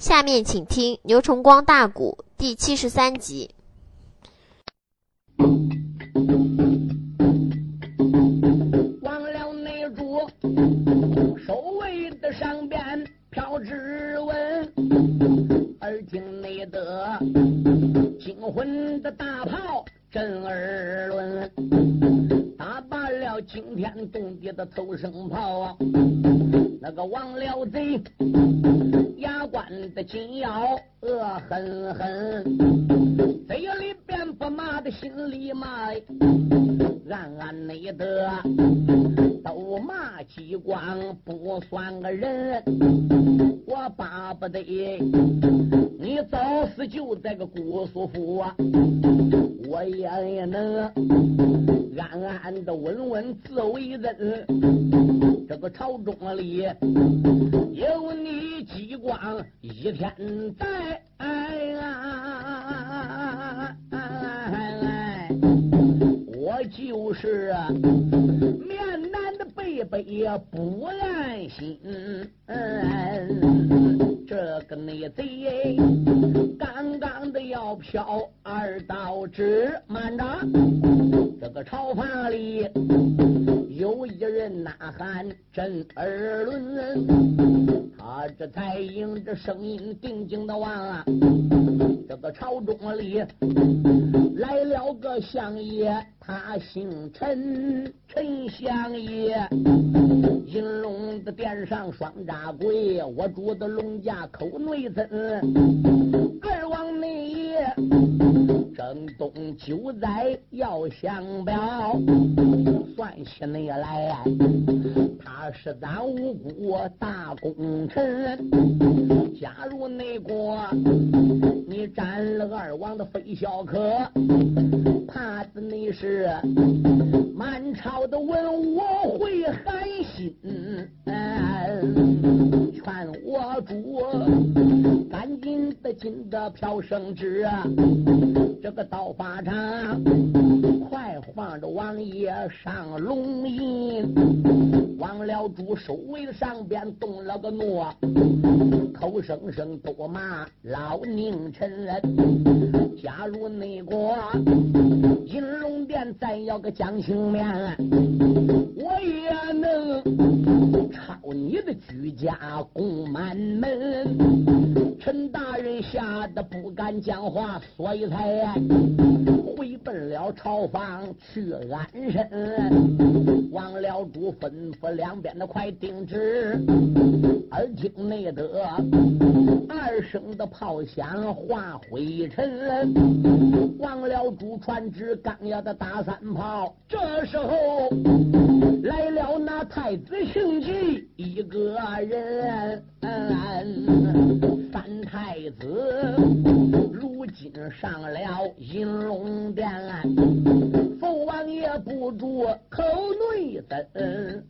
下面请听牛崇光大鼓第73集。 忘了内主守卫的上边飘指纹，耳听内的惊魂的大炮震耳轮，打罢了惊天动地的头声炮啊！那个忘了贼牙关的紧咬恶狠狠，贼里边不骂的心里骂，暗暗内的都骂激光不算个人，我巴不得你早死就在个姑苏府啊，我也能安安的稳稳自为人，这个朝中里有你激光一天在，我就是面南的贝贝也不安心。这个内贼刚刚的要飘二道直，慢着，这个朝房里有一人呐喊震耳轮，他这才应着声音定睛的望啊，这个朝中里来了个相爷，他姓陈，陈相爷，银龙的殿上双扎鬼，我主的龙家口内增，二王内爷正东九载要相表，算起内来他是咱五谷大功臣，加入内国你占了二王的飞霄可，怕的你是满朝的文武会寒心，劝我主赶紧的进的飘升职，这个到法场快放着王爷上龙吟，王了主守卫上边动了个怒，口声声多骂老宁臣，加入内国银龙殿咱要个讲情面，我也能抄你的居家宫满门，陈大人吓得不敢讲话，所以才回奔了朝房去安身。王了主吩咐两边的快定旨，耳听内得二声的炮响化灰尘，王了主传旨刚要的打三炮，这时候来了那太子姓纪一个人，三太子如今上了银龙殿，父王爷不住口内增，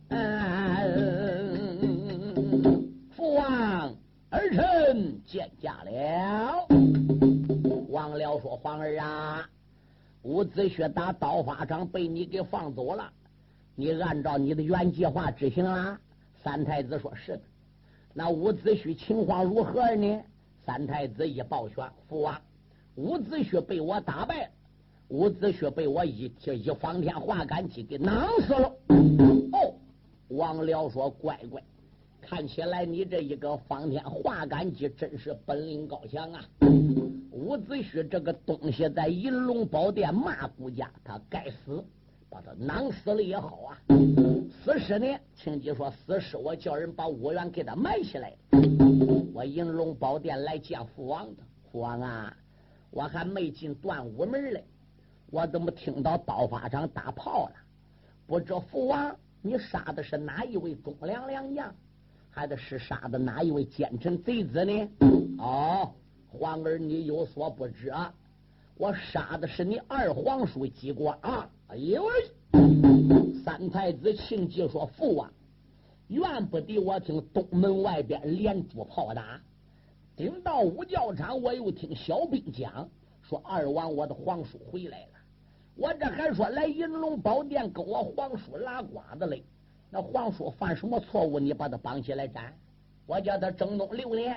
父王儿臣见驾了。王了说，皇儿啊，伍子胥打刀法场被你给放走了，你按照你的原计划执行啦。三太子说，是的。那伍子胥情况如何呢？三太子一报宣，父王，伍子胥被我打败了，伍子胥被我一方天画杆戟给囊死了。哦，王僚说，乖乖，看起来你这一个方天画杆戟真是本领高强啊。伍子胥这个东西在银龙宝殿骂顾家，他该死，把他囊死了也好啊。死尸呢，听姐说死尸我叫人把五元给他埋起来，我银龙宝殿来见父王的。父王啊，我还没进断武门嘞，我怎么听到刀法场打炮了？不知父王你杀的是哪一位忠良良将，还是杀的哪一位奸臣贼子呢？哦，皇儿你有所不知啊，我杀的是你二皇叔姬光啊！哎呦，三太子庆忌说，父王怨不得我听东门外边连珠炮打，顶到五教场我又听小兵讲说二王我的皇叔回来了，我这还说来银龙宝殿跟我皇叔拉呱的嘞，那皇叔犯什么错误你把他绑起来斩？我叫他征东6年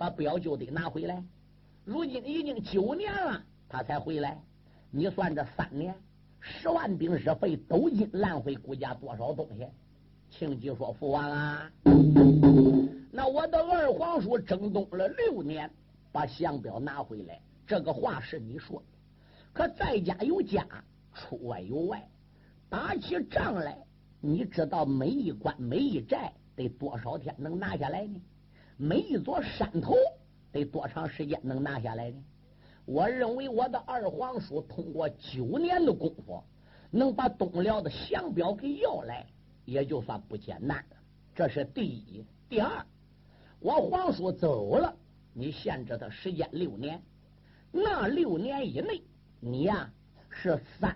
把表就得拿回来。如今已经9年了，他才回来。你算这3年，10万兵日费斗金烂灰，估价多少东西？庆忌说：“父王啊，那我的二皇叔征东了6年，把降表拿回来，这个话是你说的。可在家有家，出外有外，打起仗来，你知道每一关每一寨得多少天能拿下来呢？每一座山头得多长时间能拿下来呢？我认为我的二皇叔通过9年的功夫，能把东辽的降表给要来，也就算不艰难了。这是第一。第二，我皇叔走了，你限制他时间6年，那6年以内，你呀是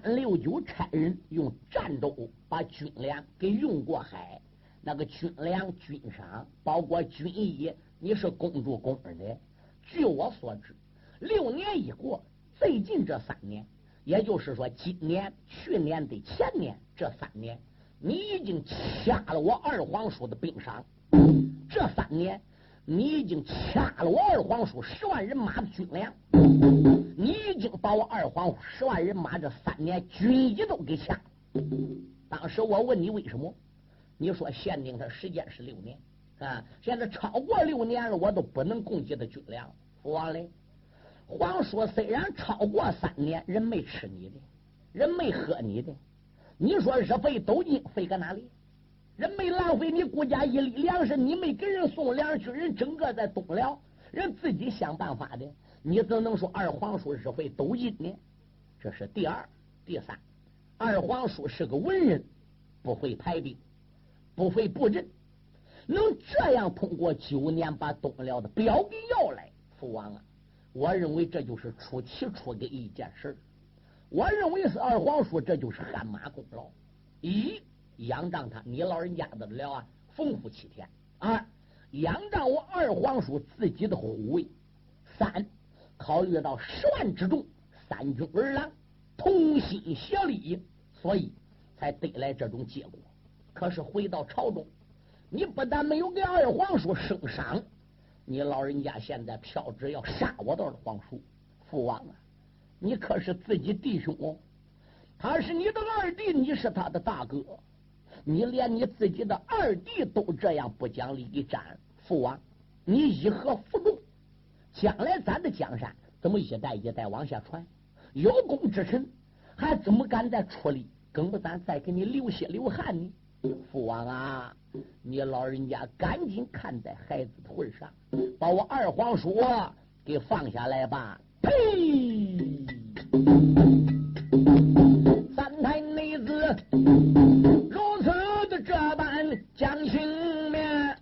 369差人用战舟把军粮给运过海，那个军粮军饷包括军役，你是供住工人的。据我所知，6年一过，最近这3年，也就是说今年、去年的前年这3年，你已经掐了我二皇叔的兵伤。这3年，你已经掐了我二皇叔10万人马的军粮，你已经把我二皇叔10万人马这3年军役都给掐。当时我问你为什么，你说限定他时间是6年啊，现在超过6年了，我都不能供给他军粮。父王嘞，皇叔虽然超过3年，人没吃你的，人没喝你的，你说日费斗金费搁哪里？人没浪费你国家1粒粮食，你没给人送粮去，人整个在东辽，人自己想办法的，你怎能说二皇叔日费斗金呢？这是第二。第三，二皇叔是个文人，不会排兵，不会布阵，能这样通过9年把东辽的表给要来。父王啊，我认为这就是出奇出的一件事。我认为是二皇叔，这就是汗马功劳。一，仰仗他，你老人家的了啊，丰富7天。2，仰仗我二皇叔自己的护卫。3，考虑到10万之众，3军儿郎同心协力，所以才得来这种结果。可是回到朝中，你不但没有给二皇叔升赏，你老人家现在飘旨要杀我的二皇叔。父王啊，你可是自己弟兄哦，他是你的二弟，你是他的大哥，你连你自己的二弟都这样不讲理给斩，父王，你以何服众？将来咱的江山怎么一代一代往下传？有功之臣还怎么敢再出力？更不咱再给你流血流汗呢？父王啊，你老人家赶紧看在孩子的份上，把我二皇叔给放下来吧。呸！3台内子如此的这般讲情面，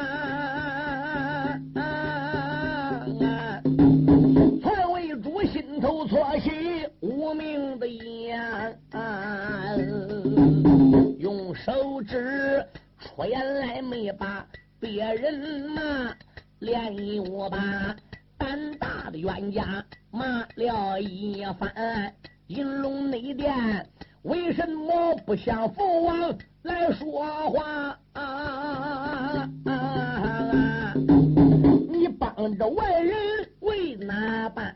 才为主心头错起无名的眼，用手指出言来没把别人骂，连我把胆大的冤家骂了一番。银龙内殿为什么不向父王来说话？你帮着外人为哪般？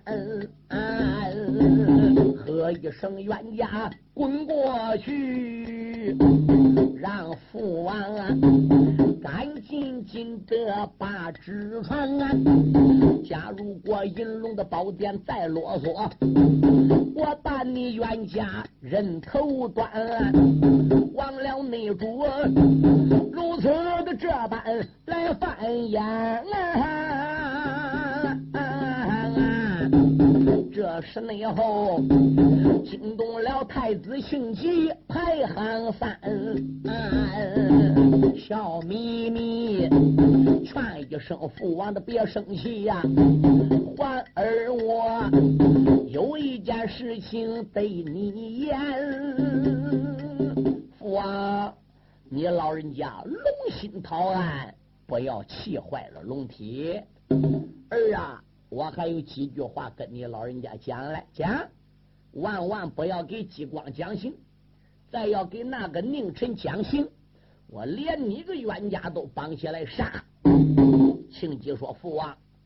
喝一声冤家滚过去，让父王赶紧的把纸传。假如果银龙的宝典再啰嗦，我把你冤家人头断。忘了内主如此的这般来翻眼，这时内后惊动了太子庆忌排行3，笑眯眯劝一声父王的别生气呀，环儿我有一件事情对你言。父王，你老人家龙心讨安，不要气坏了龙体。儿啊，我还有几句话跟你老人家讲来，讲万万不要给激光讲刑，再要给那个宁臣讲刑，我连你个冤家都绑起来杀。庆忌说：父王，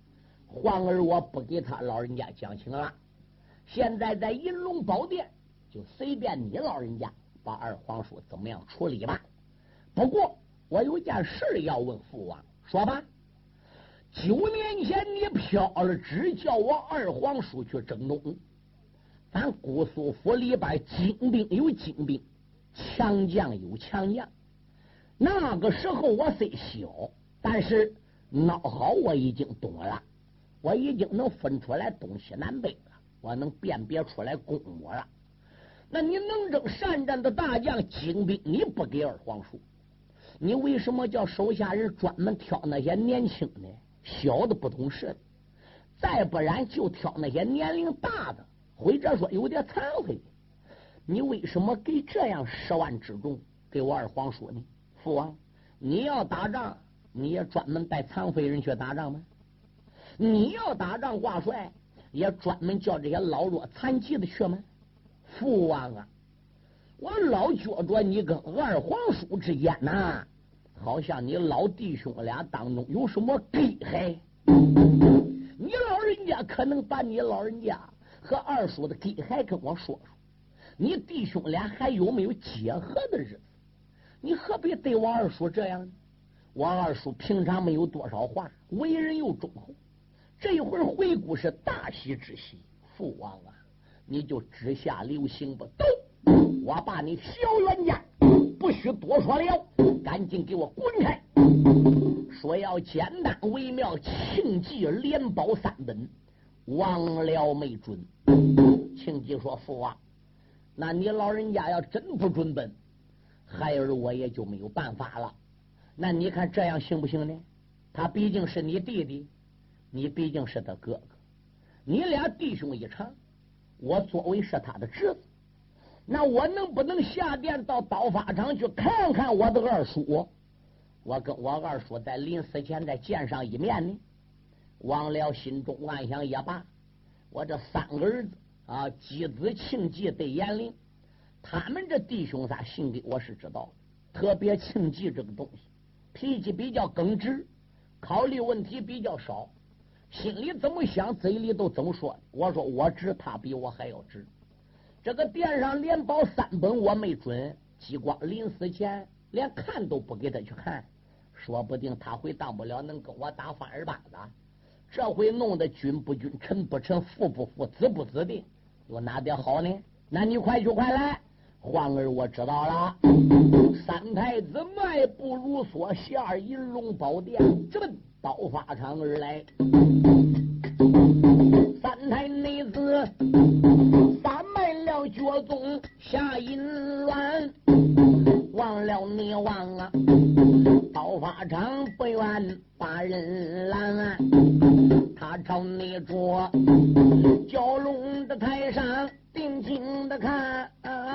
皇儿我不给他老人家讲情了，现在在银龙宝殿就随便你老人家把二皇叔怎么样处理吧。不过我有件事要问父王，说吧。9年前你飘了旨，叫我二皇叔去征东，咱姑苏府里边精兵有精兵，强将有强将。那个时候我虽小，但是脑好我已经懂了，我已经能分出来东西南北了，我能辨别出来公我了。那你能征善战的大将精兵，你不给二皇叔，你为什么叫手下人专门挑那些年轻的小的不懂事的，再不然就挑那些年龄大的或者说有点残废的？你为什么给这样10万之众给我二皇叔呢？父王，你要打仗你也专门带残废人去打仗吗？你要打仗挂帅也专门叫这些老弱残疾的去吗？父王啊，我老觉着你跟二皇叔之间呐，好像你老弟兄俩当中有什么隔阂。你老人家可能把你老人家和二叔的隔阂跟我说说，你弟兄俩还有没有结合的日子？你何必对我二叔这样呢？我二叔平常没有多少话，为人又忠厚，这一会儿回顾是大喜之喜。父王啊，你就只下留情吧，都我把你小冤家不许多说了，赶紧给我滚开！说要简单为妙，庆忌连保3本，王僚没准。庆忌说：“父王，那你老人家要真不准本，孩儿我也就没有办法了。那你看这样行不行呢？他毕竟是你弟弟，你毕竟是他哥哥，你俩弟兄一场，我作为是他的侄子，那我能不能下殿到刀法场去看看我的二叔？我跟我二叔在临死前再见上一面呢？”王僚心中暗想也罢，我这3个儿子啊，箕子、庆忌对严陵，他们这弟兄仨信给我是知道的，特别庆忌这个东西脾气比较耿直，考虑问题比较少，心里怎么想嘴里都怎么说。我说我知，他比我还要知。这个殿上连保3本我没准，激光临死前连看都不给他去看，说不定他会当不了能跟我打反二巴子，这回弄得君不君，臣不臣，父不父，子不子的，有哪点好呢？那你快去快来！皇儿我知道了。3太子迈步如梭下银龙宝殿，直奔刀法场而来。3太内子撒迈了脚踪下银銮，忘了你忘啊，刀法场不愿把人拦，他朝你着蛟龙的台上定睛的看，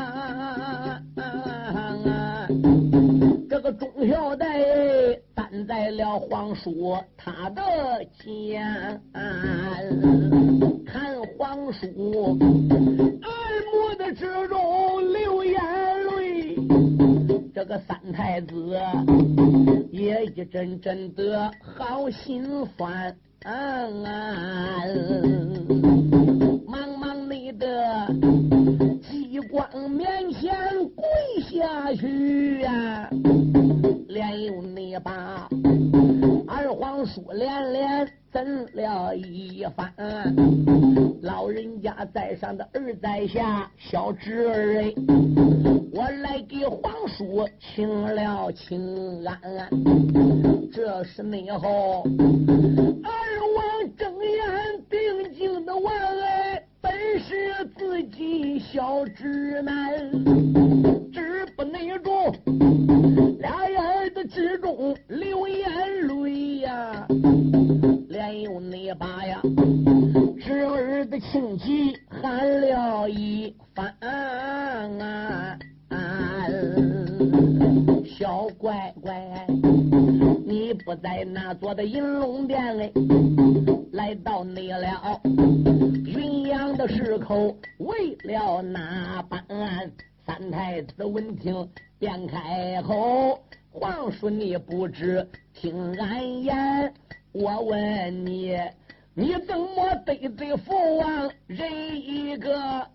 这个钟孝代担在了皇叔他的肩，看皇叔耳目的之中流眼泪，这个3太子也一阵阵的好心酸，茫茫内的激光面前跪下去啊，连有你把二皇叔连连怎了一番，老人家在上的儿在下，小侄儿我来给皇叔请了请安。这是内后二王睁眼定睛的问，本是自己小侄男，只不内住俩眼的之中流眼泪呀，连有那把呀侄儿的亲戚喊了一番，小乖乖，你不在那座的银龙殿里，来到你了云阳的市口，为了那般3太子闻听便开口，皇叔你不知听俺言，我问你你怎么得罪父王人一个？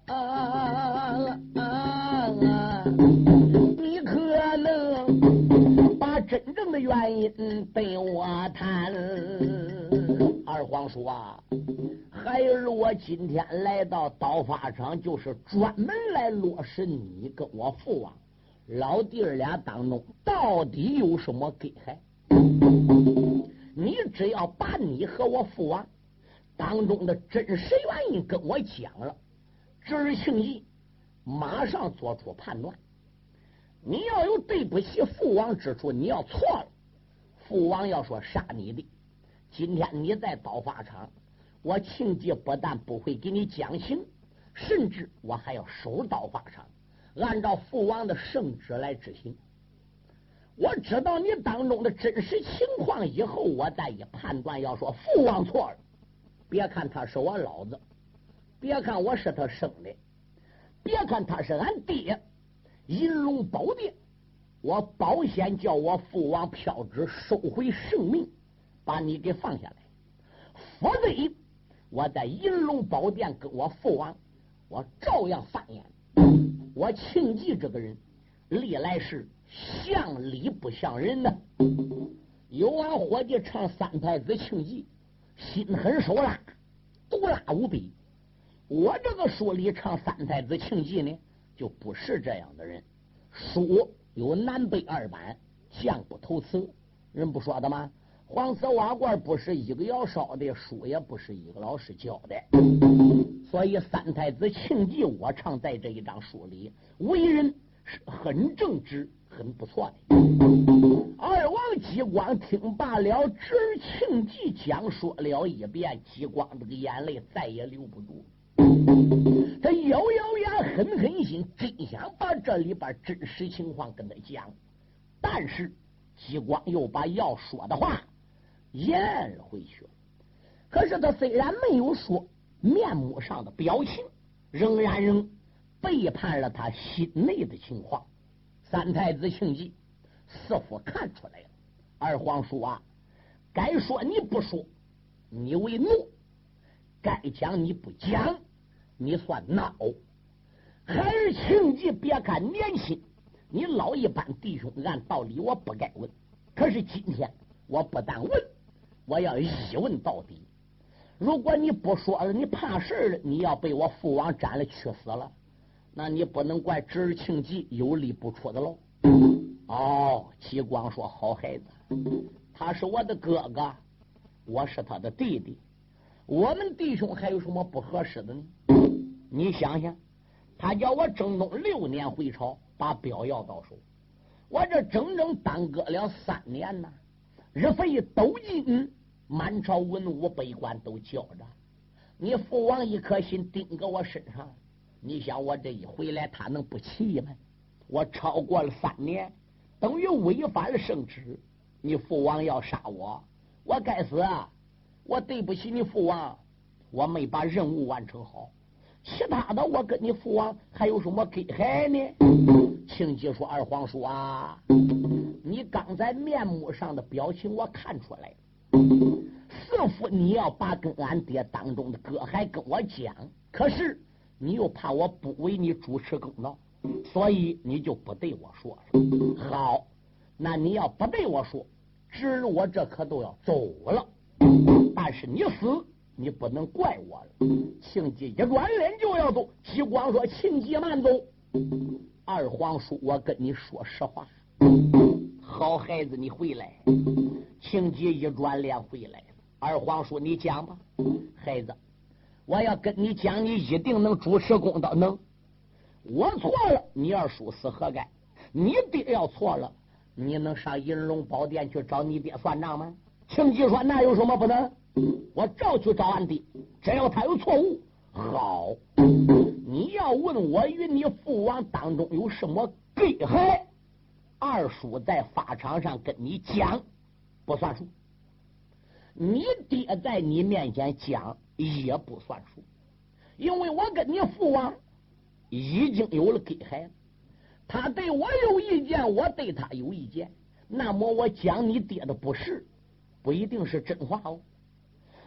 你可能把真正的原因对我谈。二皇叔啊，孩儿我今天来到刀法场，就是专门来落实你跟我父王老弟儿俩当中到底有什么隔阂。你只要把你和我父王当中的真实原因跟我讲了，侄儿庆忌马上做出判断。你要有对不起父王之处，你要错了，父王要说杀你的，今天你在刀法场，我庆忌不但不会给你讲情，甚至我还要守刀法场，按照父王的圣旨来执行。我知道你当中的真实情况以后，我再一判断，要说父王错了，别看他是我老子，别看我是他生的，别看他是俺爹，银龙宝殿，我保险叫我父王飘旨收回性命，把你给放下来，否则我在银龙宝殿跟我父王，我照样翻眼。我庆忌这个人历来是像理不像人呢。有俺伙计唱三太子庆忌，心狠手辣，毒辣无比。我这个书里唱三太子庆忌呢，就不是这样的人。书有南北二版，将不投辞，人不说的吗？黄色瓦罐不是一个窑烧的，书也不是一个老师教的。所以三太子庆忌我唱在这一张书里，为人是很正直很不错的。二王激光听罢了侄儿庆忌讲说了一遍，激光这个眼泪再也留不住，他咬咬牙狠狠心，真想把这里边真实情况跟他讲，但是激光又把要说的话咽了回去了。可是他虽然没有说，面目上的表情仍背叛了他心内的情况。三太子庆忌似乎看出来了，二皇叔啊，该说你不说，你为怒；该讲你不讲，你算孬。孩儿庆忌别看年轻，你老一般弟兄按道理我不该问，可是今天我不但问，我要一问到底。如果你不说了，你怕事了，你要被我父王斩了去死了，那你不能怪侄儿庆忌有理不出的喽。哦，齐光说好孩子，他是我的哥哥，我是他的弟弟，我们弟兄还有什么不合适的呢？你想想，他叫我征东6年回朝，把表要到手，我这整整耽搁了3年呢，日费斗金，满朝文武百官都叫着，你父王一颗心盯搁我身上，你想我这一回来，他能不气吗？我超过了3年，等于违反了圣旨，你父王要杀我，我该死啊！我对不起你父王，我没把任务完成好，其他的我跟你父王还有什么隔阂呢？庆忌说：“二皇叔啊，你刚才面目上的表情我看出来了，似乎你要把跟俺爹当中的隔阂跟我讲，可是你又怕我不为你主持公道，所以你就不对我说了。好，那你要不对我说，侄儿我这可都要走了，但是你死你不能怪我了。”庆忌一转脸就要走，齐光说：“庆忌慢走，二皇叔，我跟你说实话。”好孩子，你回来。庆忌一转脸回来了。二皇叔，你讲吧。孩子，我要跟你讲，你一定能主持公道。能，我错了，你二叔死何该？你爹要错了，你能上银龙宝殿去找你爹算账吗？庆忌说：“那有什么不能？我照去找俺爹，只要他有错误。好，你要问我与你父王当中有什么隔阂，二叔在法场上跟你讲不算数，你爹在你面前讲也不算数，因为我跟你父王已经有了隔阂，他对我有意见，我对他有意见，那么我讲你爹的不是，不一定是真话哦。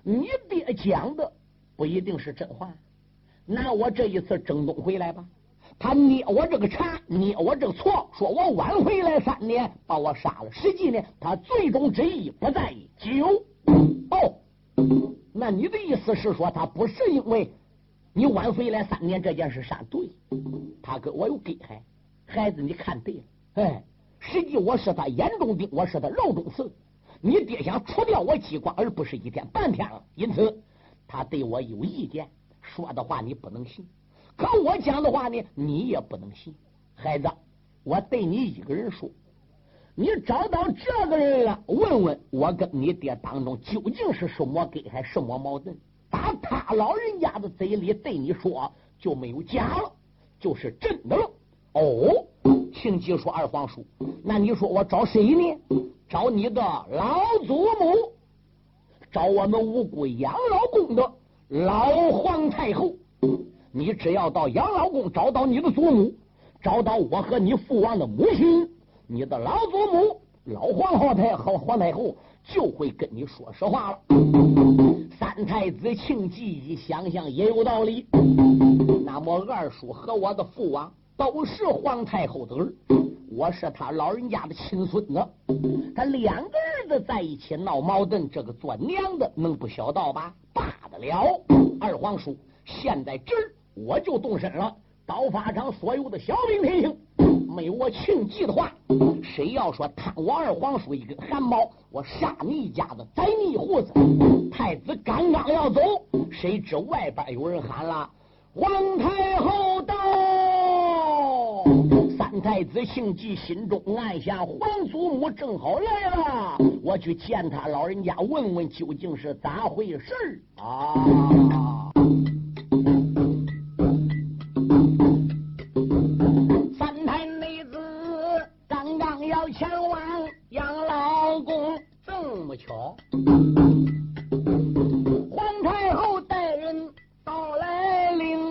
你爹讲的不一定是真话。拿我这一次征东回来吧，他捏我这个茬，捏我这个错，说我晚回来3年把我杀了，实际呢他最终之意不在于酒。那你的意思是说他不是因为你晚回来3年这件事上对，他跟我有隔阂。孩子你看对了，实际我是他眼中钉，我是他肉中刺。你爹想除掉我激光而不是一天半天了，因此他对我有意见，说的话你不能信，可我讲的话呢你也不能信。孩子，我对你一个人说，你找到这个人了，问问我跟你爹当中究竟是什么隔阂，什么矛盾，打他老人家的嘴里对你说就没有假了，就是真的了。请记说二皇叔，那你说我找谁呢？找你的老祖母，找我们五谷养老宫的老皇太后。你只要到养老宫找到你的祖母，找到我和你父王的母亲，你的老祖母老皇太后就会跟你说实话了。三太子庆忌一想想也有道理，那么二叔和我的父王都是皇太后的儿，我是他老人家的亲孙子，他2个儿子在一起闹矛盾，这个做娘的能不小道吧？罢得了。二皇叔，现在这儿我就动身了，刀法场所有的小兵天星，没有我庆忌的话，谁要说贪我二皇叔一根汗毛，我杀你一家子，宰你一胡子。太子刚刚要走，谁知外边有人喊了：皇太后到！三太子庆忌心中暗想，皇祖母正好来了，我去见他老人家，问问究竟是咋回事啊。三太内子刚刚要前往养老宫，这么巧，皇太后带人到来领。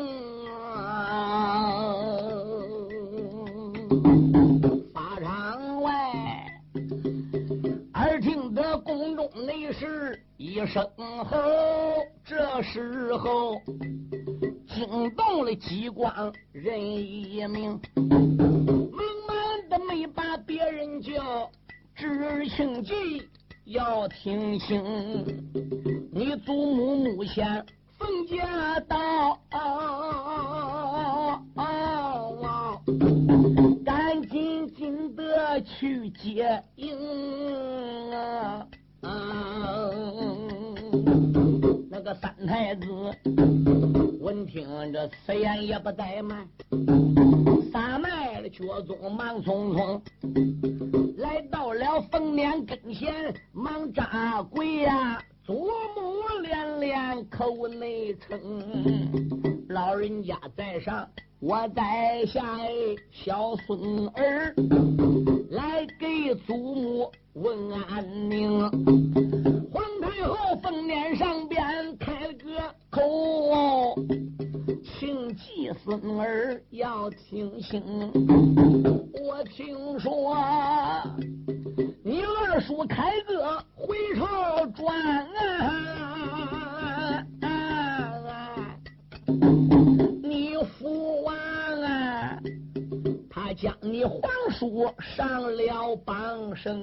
法场外耳听得宫中内侍一声吼，这时候惊动了激光人一名，猛慢的没把别人叫，知庆忌要听清，你祖母目前奉驾到，赶紧的去接应那个三太子闻听这此言也不怠慢，撒迈了脚踪，忙匆匆来到了凤年跟前，忙扎跪呀，祖母连连口内称，老人家在上我在下，小孙儿来给祖母问安宁。皇太后凤年上边开了个口，请继孙儿要听清，我听说你二叔开个回朝转你父王他将你皇叔上了榜升，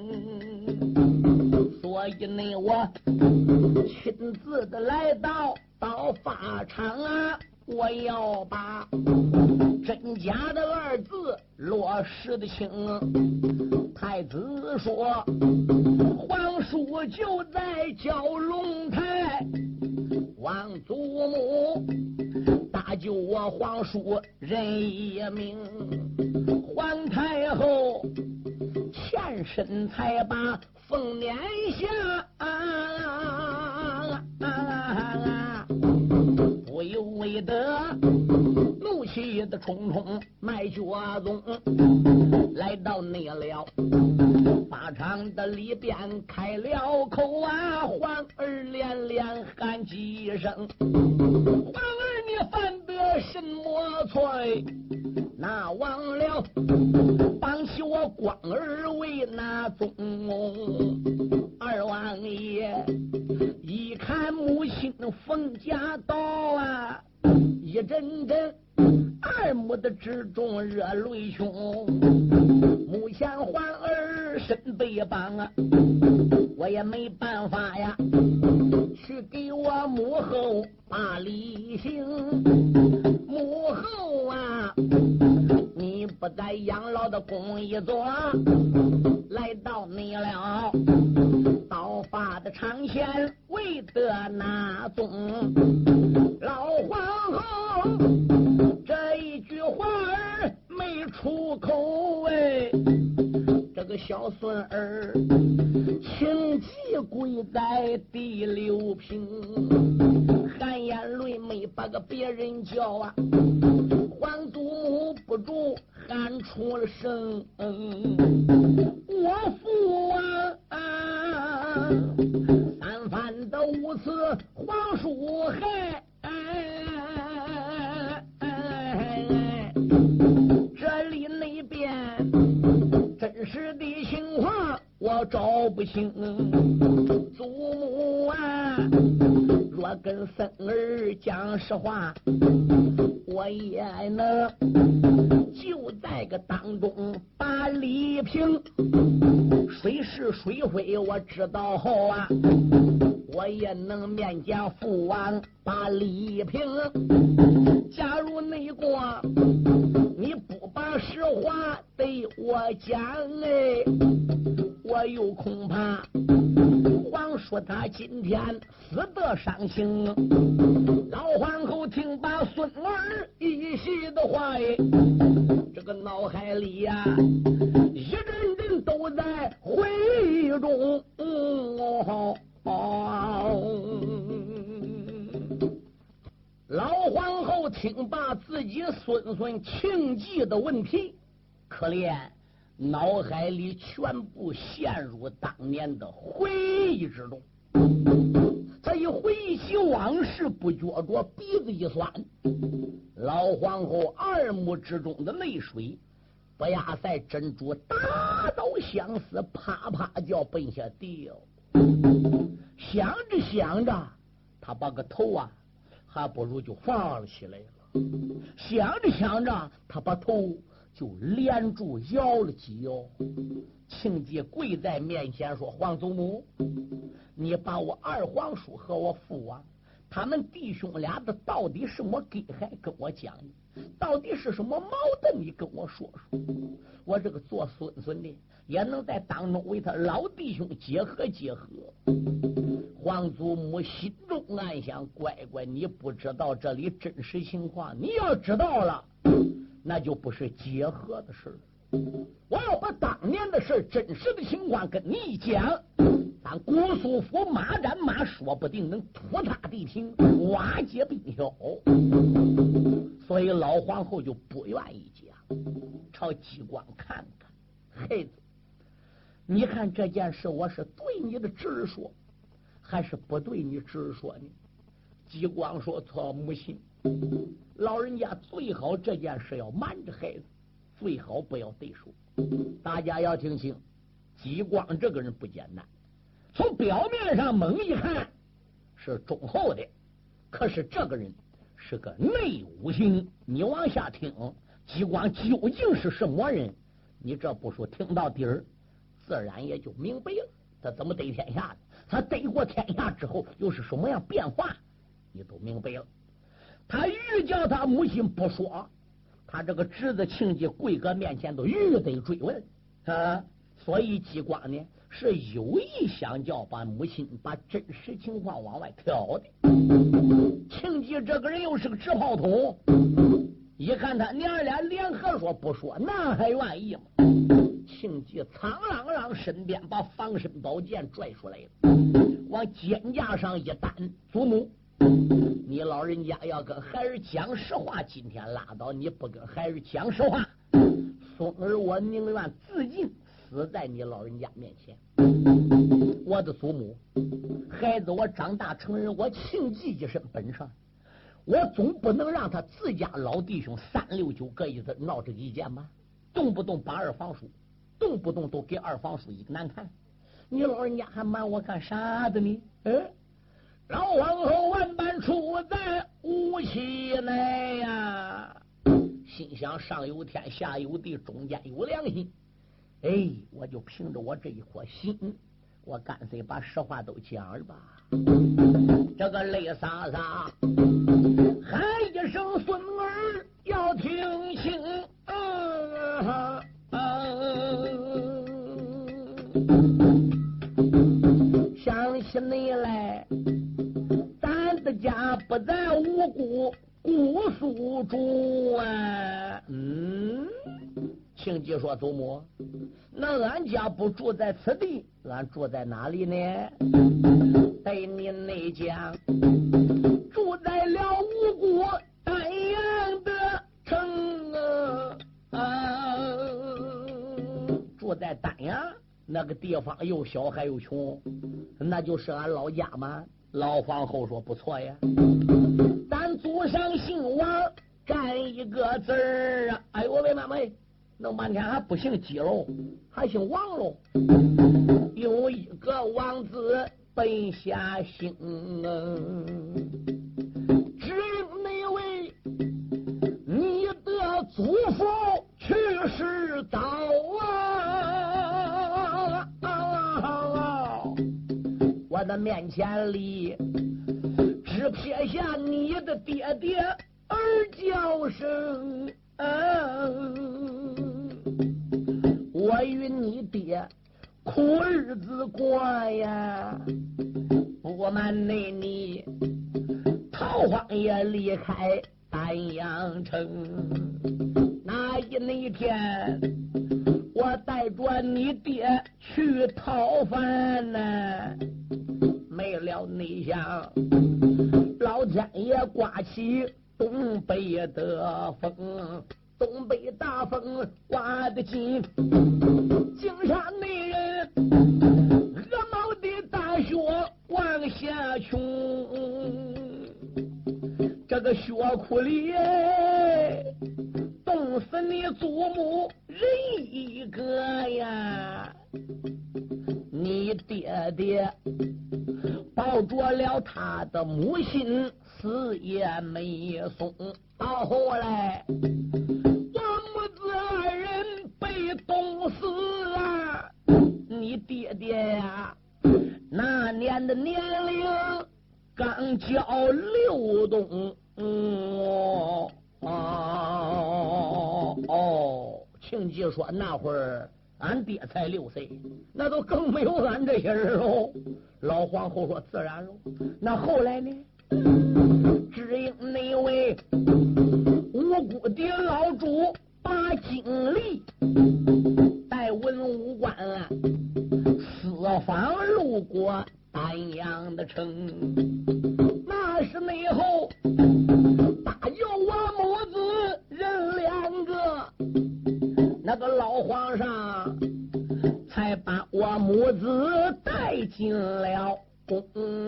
所以呢我亲自的来到法场我要把真假的2字落实的清。太子说皇叔就在蛟龙台，王祖母搭救我皇叔人一名，皇太后欠身才把凤年下不由为得怒气的冲冲迈脚踪，来到内了法场的里边开了口皇儿连连喊几声，皇儿你犯得什么罪？那忘了绑起我光儿为那宗二王爷一看母亲冯家刀啊，一阵阵二目的之中热泪胸，母前患儿身背帮啊，我也没办法呀，去给我母后把礼行。母后啊，你不在养老的宫一座，来到你了刀法的长线，为得哪宗？老皇后这一句话儿没出口哎，这个小孙儿情急跪在第六平，含眼泪没把个别人叫啊，皇祖母不住喊出了声，我父啊，三番的五次皇叔害，这里那边真实的情况我找不清，祖母啊，若跟孙儿讲实话，我也能就在个当中把礼平，水是水灰我知道后啊，我也能面见父王把礼平。假如那个你不把实话对我讲哎，我又恐怕皇叔他今天死得伤心。老皇后听罢孙儿一席的话哎，这个脑海里呀，一阵阵都在回忆中。老皇后听罢自己孙庆忌的问题，可怜脑海里全部陷入当年的回忆之中。他一回忆起往事，不觉着鼻子一酸，老皇后二目之中的泪水不压在珍珠打倒相思，啪啪叫奔下掉。想着想着，他把个头啊还不如就放了起来了。想着想着，他把头就连住摇了几摇。庆忌跪在面前说：皇祖母，你把我二皇叔和我父王他们弟兄俩的到底什么给害跟我讲，到底是什么矛盾你跟我说说，我这个做孙的也能在当中为他老弟兄结合结合。皇祖母心中暗想，乖乖你不知道这里真实情况，你要知道了那就不是结合的事了。我要把当年的事真实的情况跟你一讲，咱姑苏府马展马说不定能拖沓地平，瓦解兵小。所以老皇后就不愿意讲，朝激光看看，孩子，你看这件事我是对你的直说还是不对你直说呢？激光说：错，母亲，老人家最好这件事要瞒着孩子，最好不要对说。大家要听清，激光这个人不简单，从表面上猛一看是忠厚的，可是这个人是个内五行。你往下听，激光究竟是什么人，你这不说听到底儿，自然也就明白了。他怎么得天下的，他得过天下之后又是什么样变化，你都明白了。他欲叫他母亲不说，他这个侄子庆忌跪哥面前都欲得追问啊，所以激光呢是有意想叫把母亲把真实情况往外挑的。庆忌这个人又是个直炮筒，一看他娘俩联合说不说，那还愿意吗？庆忌苍啷啷身边把防身宝剑拽出来了，往肩架上一担，祖母，你老人家要跟孩儿讲实话，今天拉倒，你不跟孩儿讲实话，孙儿我宁愿自尽，死在你老人家面前。我的祖母，孩子我长大成人，我庆忌一身本事，我总不能让他自家老弟兄369个一子闹这个意见吧，动不动把二房叔，动不动都给二房叔一个难看。 你老人家还瞒我干啥的呢？老皇后万般处在无期内呀，心想上有天下有地，中间有良心。我就凭着我这一颗心，我干脆把实话都讲了吧。这个泪洒洒喊一声孙儿要听清，想起你来，咱的家不在五谷姑苏住啊。庆忌说：“祖母，那俺家不住在此地，俺住在哪里呢？对你内讲，住在了五谷丹阳的城住在丹阳那个地方，又小还又穷，那就是俺老家吗？”老皇后说：“不错呀，咱祖上姓王，占一个字儿啊！哎呦喂，妈妈，弄半天还不姓姬喽，还姓王喽，有一个王字本下姓只因那位你的祖父去世早我的面前里只撇下你的爹爹儿叫声我与你爹苦日子过呀，不瞒内你逃荒也离开丹阳城。那一天我带着你爹去讨饭呢，没了内想老天爷刮起东北的风，东北大风刮得紧，金山内人鹅毛的大雪往下穷，这个雪库里冻死你祖母人一个呀，你爹爹抱着了他的母亲死也没松，到后来我母子二人被冻死啊，你爹爹呀那年的年龄刚交6冬庆忌说那会儿俺爹才6岁，那都更没有俺这些人喽。老皇后说自然喽，那后来呢？只因那位五谷的老主把经历带文武官四方路过丹阳的城，那是内后大有我母子人2个，那个老皇上才把我母子带进了宫。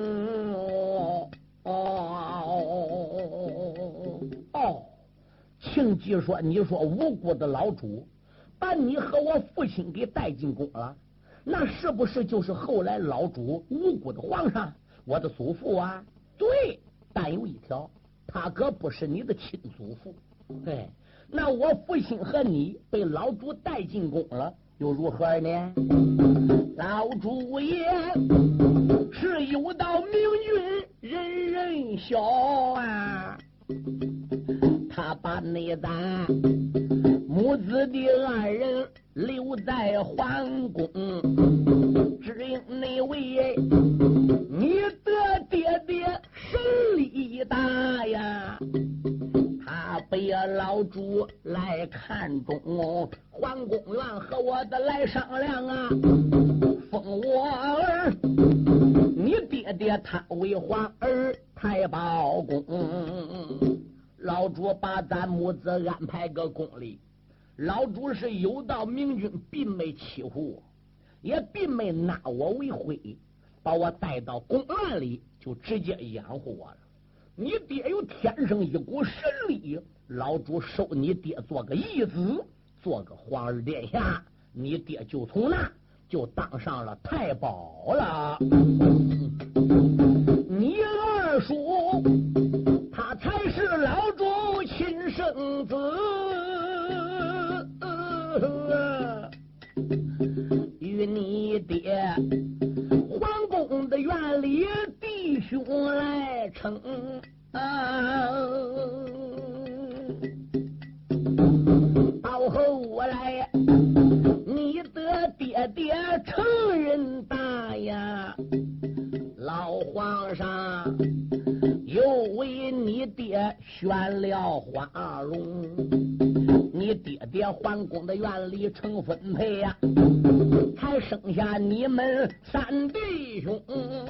庆忌说：“你说无辜的老主把你和我父亲给带进宫了，那是不是就是后来老主无辜的皇上，我的祖父啊？对，但有一条，他可不是你的亲祖父。对，那我父亲和你被老主带进宫了，又如何呢？老主也是有道命运人人晓啊，他把那咱母子的2人留在皇宫，只因那位你的爹爹神力大呀，他被老主来看中，皇宫院和我的来商量啊，封我儿你爹爹他为皇儿太保公，老主把咱母子安排个宫里，老主是有道明君，并没欺负我，也并没拿我为妃，把我带到宫院里就直接养活我了。你爹有天生一股神力，老主收你爹做个义子，做个皇儿殿下，你爹就从那就当上了太保了。你二叔他才是老主亲生子，与你爹皇宫的院里弟兄来称到后来你的爹爹成人大呀，老皇上又为你爹选了花荣，你爹爹皇宫的院里成分配呀，才剩下你们三弟兄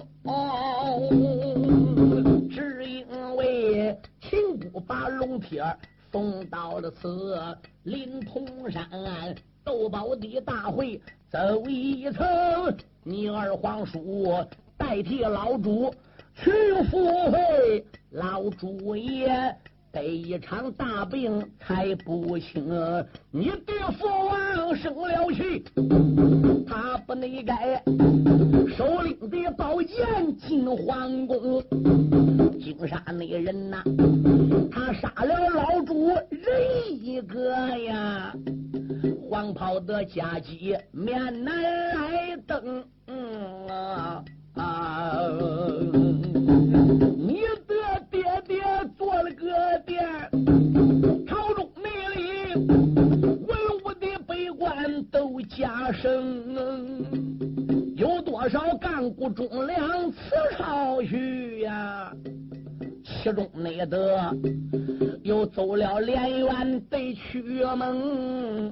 只因为秦姑把龙帖送到了此临潼山斗宝的大会走一层，你二皇叔代替老主去赴会，老主爷得一场大病才不轻，你爹父王生了气，他不内该手领的宝剑进皇宫，惊杀那人呐，他杀了老主人一个呀，黄袍的家鸡面南来登你的爹爹做了个殿，朝中内里文武的百官都加升，有多少干部忠良辞朝去呀？其中内得又走了连元得屈蒙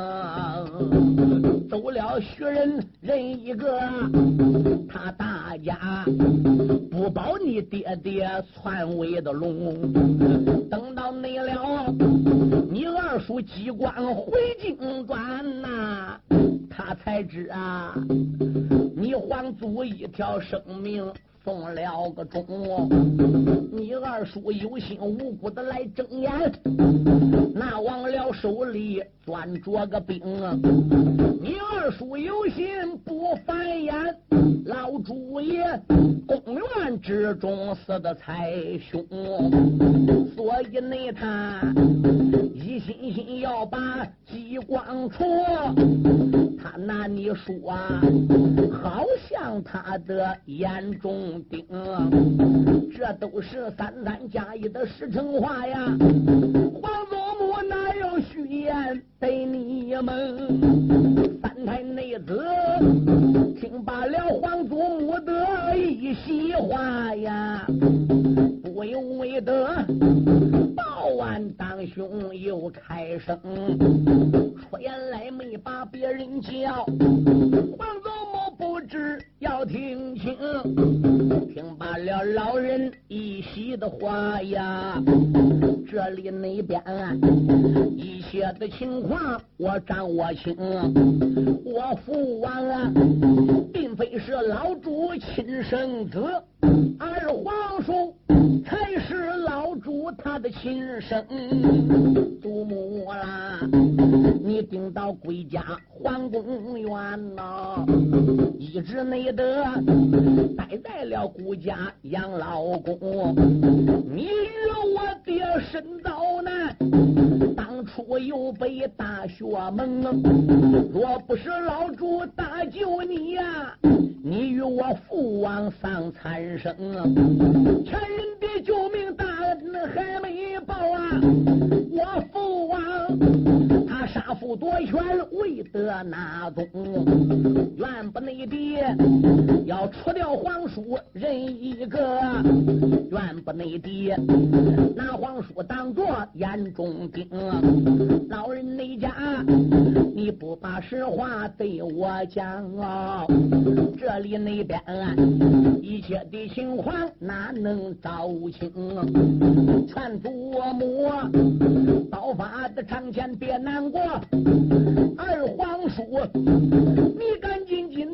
走了徐人一个，他大家不保你爹爹篡位的龙，等到内了你二叔机关回京转呐，他才知你皇祖一条生命送了个钟，你二叔有心无辜的来睁眼，那忘了手里攥着个兵，你二叔有心不繁衍，老主爷公园之中死的才凶，所以呢他一心要把激光戳，他拿你说好像他的眼中钉，这都是三加一的实诚话呀，皇祖母哪有虚言对你们？三太内子听罢了皇祖母的一席话呀，不由为得报完当兄又开声，说原来没把别人叫，皇祖母不知要听清，听罢了老人一席的话呀，这里那边一切的情况我掌握清，我父王并非是老主亲生子，二皇叔才是老主他的亲生祖母啦，你顶到归家皇宫院呐，一直内得待在了顾家养老宫，你与我爹身遭难，当初又被大学门，若不是老主搭救你呀，你与我父王丧残生，前人的救命大恩还没报我父王他杀父夺权为得那宗，愿不内地要除掉皇叔人一个，愿不内地拿皇叔当作眼中钉，老人那家你不把实话对我讲这里那边一切的情况哪能找清，劝祖母刀法的长前别难过，二皇叔你赶紧的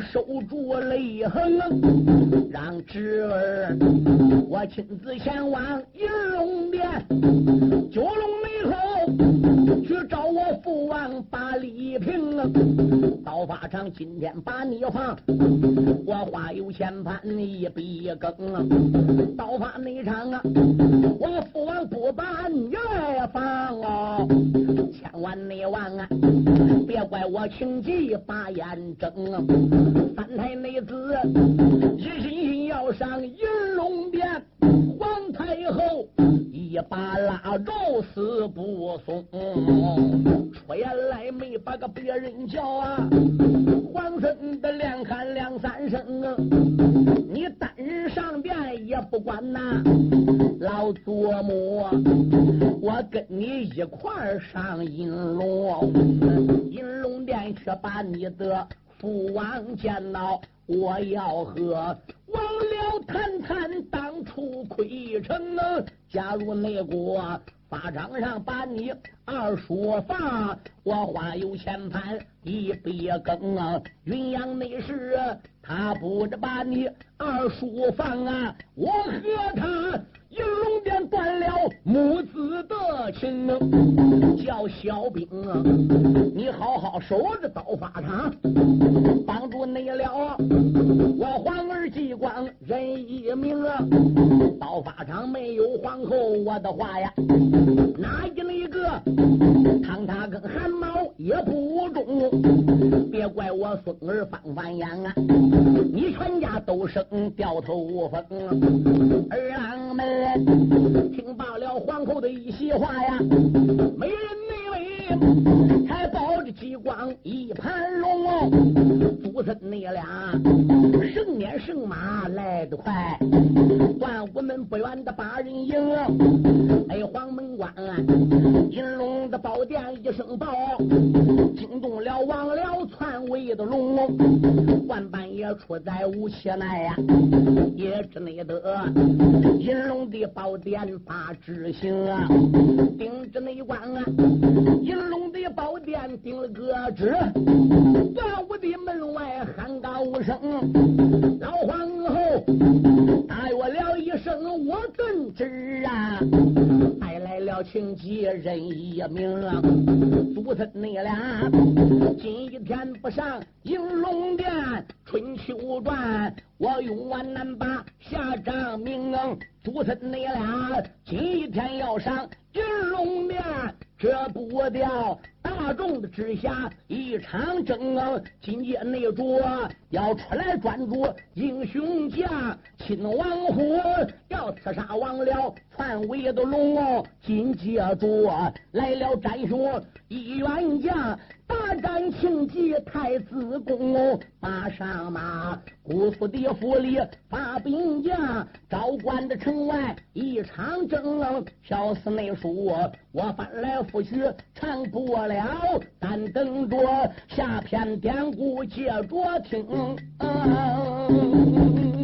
收住泪痕，让侄儿我亲自前往银龙殿，九龙门口去找我父王把礼平。刀法场今天把你放，我话有千盘一笔羹。刀法那场啊，我父王不把你来放哦，千万内万啊，别怪我情急把眼睁。三太内子一心要上银龙殿，皇太后一把拉着死不松，出来没把个别人叫啊，皇孙的连喊两三声啊，你单人上殿也不管呐，老祖母我跟你一块儿上银龙，银龙殿却把你的父王见到，我要和王僚谈谈当初亏成啊，假如内国法场上把你二叔放，我花有千盘一笔羹啊，鸳鸯内侍他不着把你二叔放啊，我和他银龙殿断了母子的情，叫小兵啊，你好好守着刀法场，帮助内了我皇儿继光人一名啊，刀法场没有皇后我的话呀，哪一那个汤他跟汗毛也不中，别怪我孙儿翻翻眼啊，你全家都生掉头风，儿郎们听罢了皇后的一席话呀，美人那位还抱着激光一盘龙哦，祖孙那俩盛年盛马来得快，端午门不远的把人迎，哎黄门关银龙的宝殿一声报，惊动了王僚篡位的龙，万半夜出在无期内呀，也只内得银龙的宝殿把执行啊，顶着内关啊，银龙的宝殿顶了个旨，端午的门外喊高声，老皇后答应了一声我遵旨啊，带来了情急人一名啊，祖孙你俩今一天不上银龙殿，春秋传我永远难把下章明，祖孙你俩今一天要上银龙殿，这不掉大众的之下一场争，今夜内主要出来专注英雄将，亲王虎要刺杀王僚篡位的龙，今接住来了战雄一员将，大战情急太子宫，马上马姑苏的府里发兵将，昭关的城外一场争，小厮内书我翻来覆去唱不了，但等着下篇典故接着听。